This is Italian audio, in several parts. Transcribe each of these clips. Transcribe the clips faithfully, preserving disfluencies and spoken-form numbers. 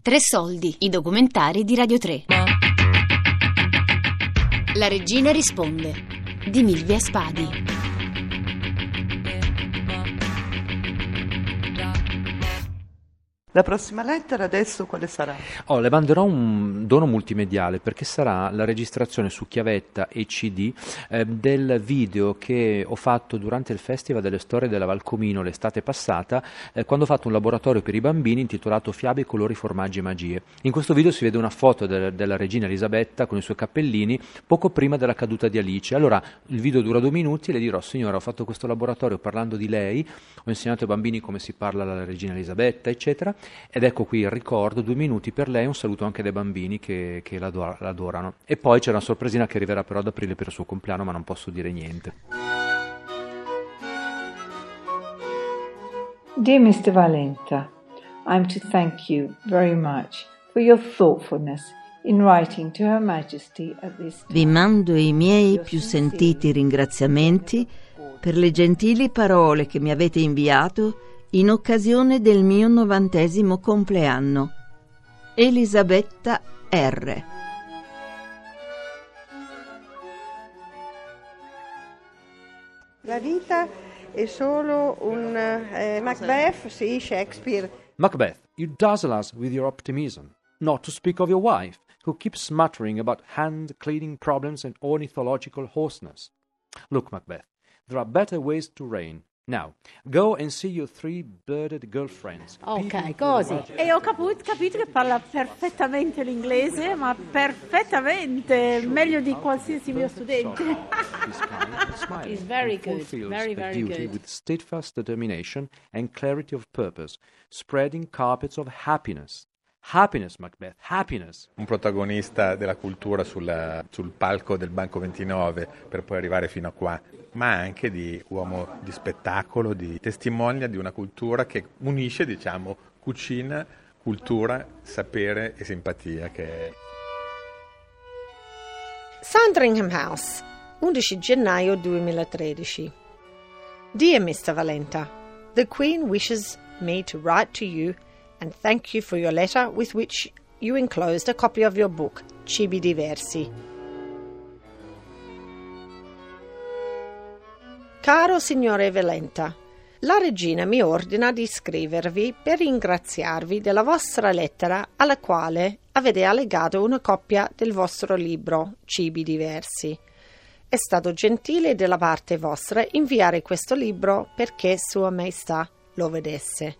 Tre soldi, i documentari di Radio tre. La regina risponde, di Milvia Spadi. La prossima lettera adesso quale sarà? Oh, le manderò un dono multimediale perché sarà la registrazione su chiavetta e C D eh, del video che ho fatto durante il Festival delle Storie della Valcomino l'estate passata, eh, quando ho fatto un laboratorio per i bambini intitolato Fiabe, colori, formaggi e magie. In questo video si vede una foto de- della regina Elisabetta con i suoi cappellini poco prima della caduta di Alice. Allora il video dura due minuti e le dirò: signora, ho fatto questo laboratorio parlando di lei, ho insegnato ai bambini come si parla alla regina Elisabetta, eccetera. Ed ecco qui il ricordo, due minuti per lei, un saluto anche dai bambini che, che l'ador- l'adorano. E poi c'è una sorpresina che arriverà però ad aprile per il suo compleanno, ma non posso dire niente. Dear mister Valenta, I'm to thank you very much for your thoughtfulness in writing to Her Majesty at this time. Vi mando i miei più sentiti ringraziamenti per le gentili parole che mi avete inviato in occasione del mio novantesimo compleanno. Elisabetta R. La vita è solo un eh, Macbeth, sì, Shakespeare. Macbeth, you dazzle us with your optimism, not to speak of your wife, who keeps muttering about hand-cleaning problems and ornithological hoarseness. Look, Macbeth, there are better ways to reign. Now, go and see your three birded girlfriends. Ok, così. E ho capu- capito che parla perfettamente l'inglese, ma perfettamente, meglio di qualsiasi mio studente. He's very good, very, very good. With steadfast determination and clarity of purpose, spreading carpets of happiness. Happiness, Macbeth, happiness. Un protagonista della cultura sulla, sul palco del Banco ventinove per poi arrivare fino a qua, ma anche di uomo di spettacolo, di testimonia di una cultura che unisce, diciamo, cucina, cultura, sapere e simpatia. Che è... Sandringham House, undici gennaio duemilatredici. Dear mister Valenta, the Queen wishes me to write to you and thank you for your letter with which you enclosed a copy of your book, Cibi Diversi. Caro signore Valenta, la regina mi ordina di scrivervi per ringraziarvi della vostra lettera alla quale avete allegato una copia del vostro libro, Cibi Diversi. È stato gentile della parte vostra inviare questo libro perché Sua Maestà lo vedesse.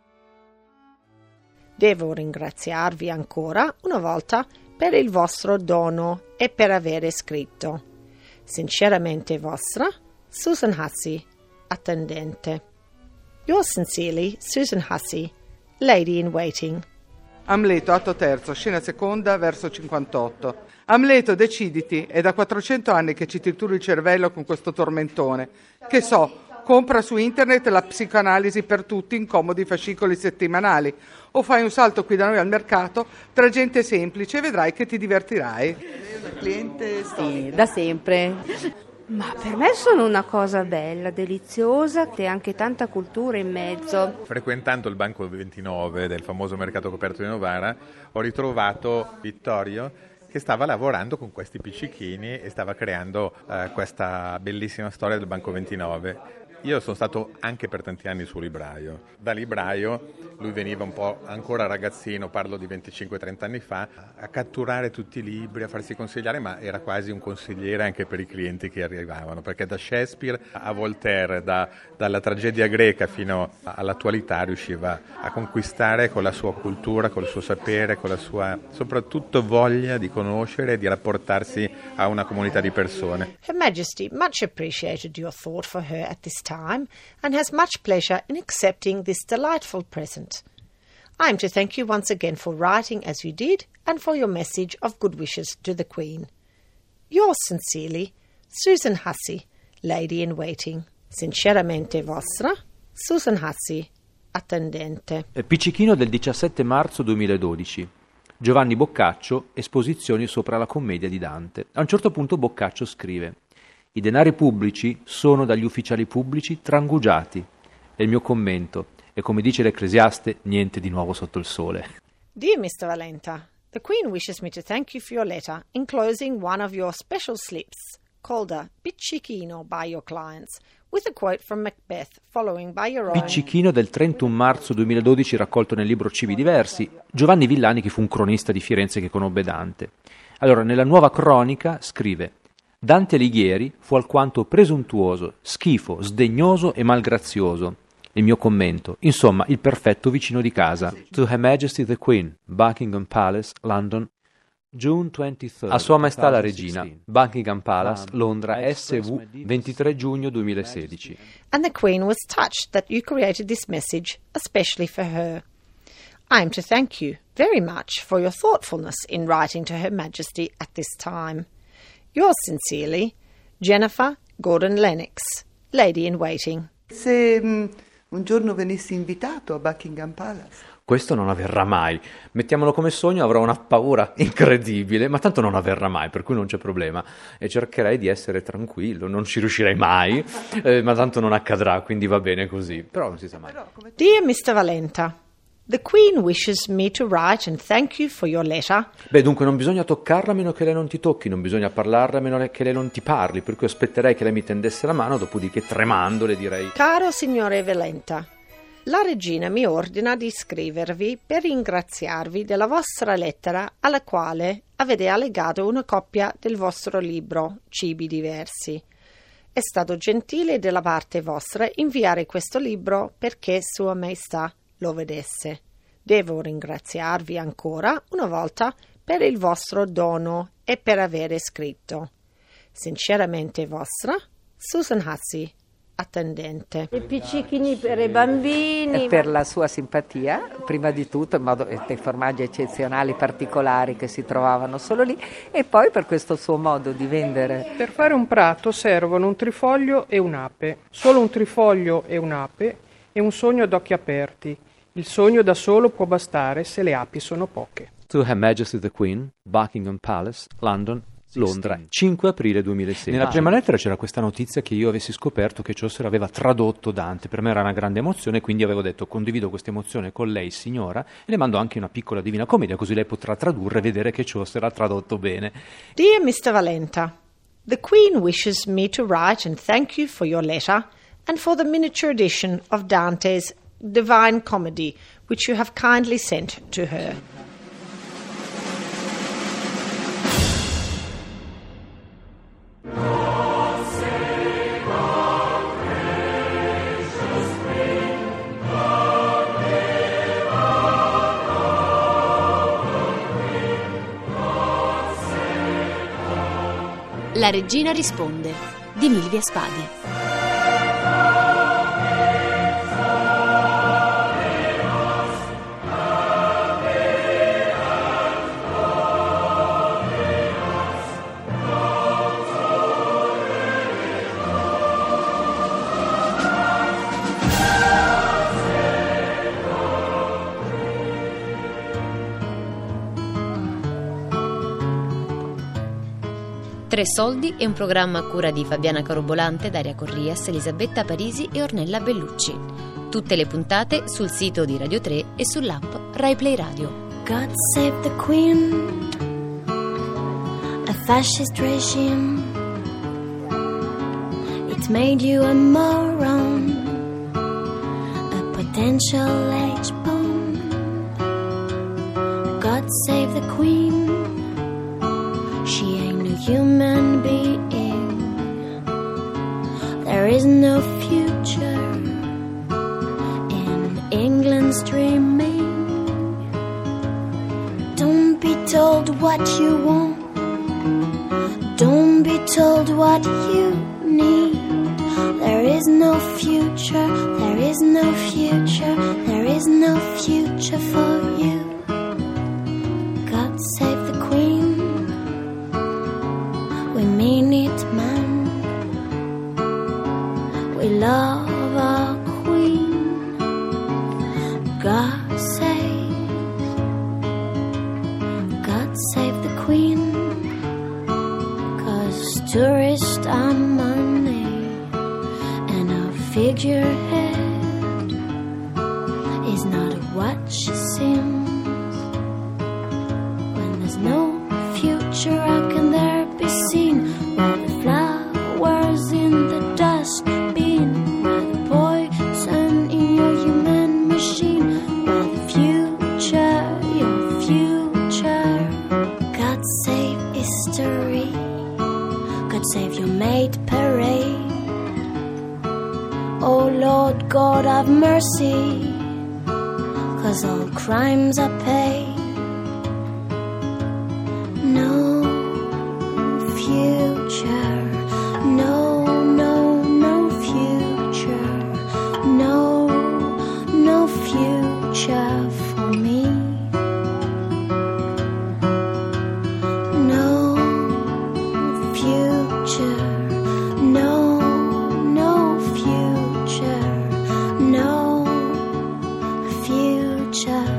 Devo ringraziarvi ancora una volta per il vostro dono e per avere scritto. Sinceramente vostra, Susan Hussey, attendente. Yours sincerely, Susan Hussey, Lady in Waiting. Amleto, atto terzo, scena seconda, verso cinquantotto. Amleto, deciditi, è da quattrocento anni che ci trituri il cervello con questo tormentone. Che so, compra su internet la psicoanalisi per tutti in comodi fascicoli settimanali o fai un salto qui da noi al mercato tra gente semplice e vedrai che ti divertirai. Cliente sì, da sempre. Ma per me sono una cosa bella, deliziosa e anche tanta cultura in mezzo. Frequentando il Banco ventinove del famoso mercato coperto di Novara ho ritrovato Vittorio che stava lavorando con questi piccichini e stava creando eh, questa bellissima storia del Banco ventinove. Io sono stato anche per tanti anni suo libraio. Da libraio lui veniva un po' ancora ragazzino, parlo di venticinque trenta anni fa, a catturare tutti i libri, a farsi consigliare, ma era quasi un consigliere anche per i clienti che arrivavano, perché da Shakespeare a Voltaire, da, dalla tragedia greca fino all'attualità riusciva a conquistare con la sua cultura, col suo sapere, con la sua soprattutto voglia di conoscere e di rapportarsi a una comunità di persone. Her Majesty much appreciated your thought for her at this time and has much pleasure in accepting this delightful present. I am to thank you once again for writing as you did and for your message of good wishes to the Queen. Yours sincerely, Susan Hussey, Lady in Waiting. Sinceramente vostra, Susan Hussey, attendente. Piccichino del diciassette marzo duemiladodici. Giovanni Boccaccio, esposizioni sopra la commedia di Dante. A un certo punto Boccaccio scrive: i denari pubblici sono dagli ufficiali pubblici trangugiati. E il mio commento, e come dice l'Ecclesiaste, niente di nuovo sotto il sole. Dear Mister Valenta, the Queen wishes me to thank you for your letter enclosing one of your special slips, called a Pizzichino by your clients, with a quote from Macbeth, following by your own. Pizzichino del trentuno marzo duemiladodici, raccolto nel libro Cibi diversi. Giovanni Villani, che fu un cronista di Firenze che conobbe Dante. Allora, nella nuova cronica scrive: Dante Alighieri fu alquanto presuntuoso, schifo, sdegnoso e malgrazioso. Il mio commento, insomma, il perfetto vicino di casa. To Her Majesty the Queen, Buckingham Palace, London, June ventitré. A Sua Maestà la Regina, Buckingham Palace, Londra, S V, ventitré giugno duemilasedici. And the Queen was touched that you created this message especially for her. I am to thank you very much for your thoughtfulness in writing to Her Majesty at this time. Yours sincerely, Jennifer Gordon-Lennox, Lady in Waiting. Se um, un giorno venissi invitato a Buckingham Palace. Questo non avverrà mai. Mettiamolo come sogno, avrò una paura incredibile, ma tanto non avverrà mai, per cui non c'è problema. E cercherei di essere tranquillo, non ci riuscirei mai, eh, ma tanto non accadrà, quindi va bene così. Però non si sa mai. Dear Mister Valenta, the Queen wishes me to write and thank you for your letter. Beh, dunque non bisogna toccarla a meno che lei non ti tocchi, non bisogna parlarle a meno che lei non ti parli, per cui aspetterei che lei mi tendesse la mano, dopodiché tremando le direi: Caro signore Valenta, la regina mi ordina di scrivervi per ringraziarvi della vostra lettera alla quale avete allegato una copia del vostro libro Cibi diversi. È stato gentile della parte vostra inviare questo libro perché Sua Maestà lo vedesse. Devo ringraziarvi ancora una volta per il vostro dono e per avere scritto. Sinceramente vostra, Susan Hussey, attendente. I pizzichini per i bambini. E per la sua simpatia, prima di tutto, in modo dei formaggi eccezionali, particolari che si trovavano solo lì, e poi per questo suo modo di vendere. Per fare un prato servono un trifoglio e un'ape. Solo un trifoglio e un'ape e un sogno ad occhi aperti. Il sogno da solo può bastare se le api sono poche. To Her Majesty the Queen, Buckingham Palace, London, Londra, cinque aprile duemilasedici. Nella prima lettera c'era questa notizia che io avessi scoperto che Chaucer aveva tradotto Dante. Per me era una grande emozione, quindi avevo detto: condivido questa emozione con lei, signora, e le mando anche una piccola Divina Commedia, così lei potrà tradurre e vedere che Chaucer ha tradotto bene. Dear Mister Valenta, the Queen wishes me to write and thank you for your letter and for the miniature edition of Dante's Divine Comedy, which you have kindly sent to her. La regina risponde di Milvia Spadi. Tre soldi è un programma a cura di Fabiana Carobolante, Daria Corrias, Elisabetta Parisi e Ornella Bellucci. Tutte le puntate sul sito di Radio tre e sull'app Rai Play Radio. God save the Queen, a fascist regime. It made you a moron, a potential H-bomb. God save the Queen, she ain't a human being. There is no future in England's dreaming. Don't be told what you want, don't be told what you need. There is no future, there is no future, there is no future for you. God save the Queen, we mean it, man. We love our Queen. God save, God save the Queen, 'cause tourists are money and our figurehead is not what she seems. in the dustbin, where the poison in your human machine, where the future, your future. God save history, God save your maid parade. Oh Lord God have mercy, 'cause all crimes are paid. No future, no, no, no future, no, no future for me. No future, no, no future, no future.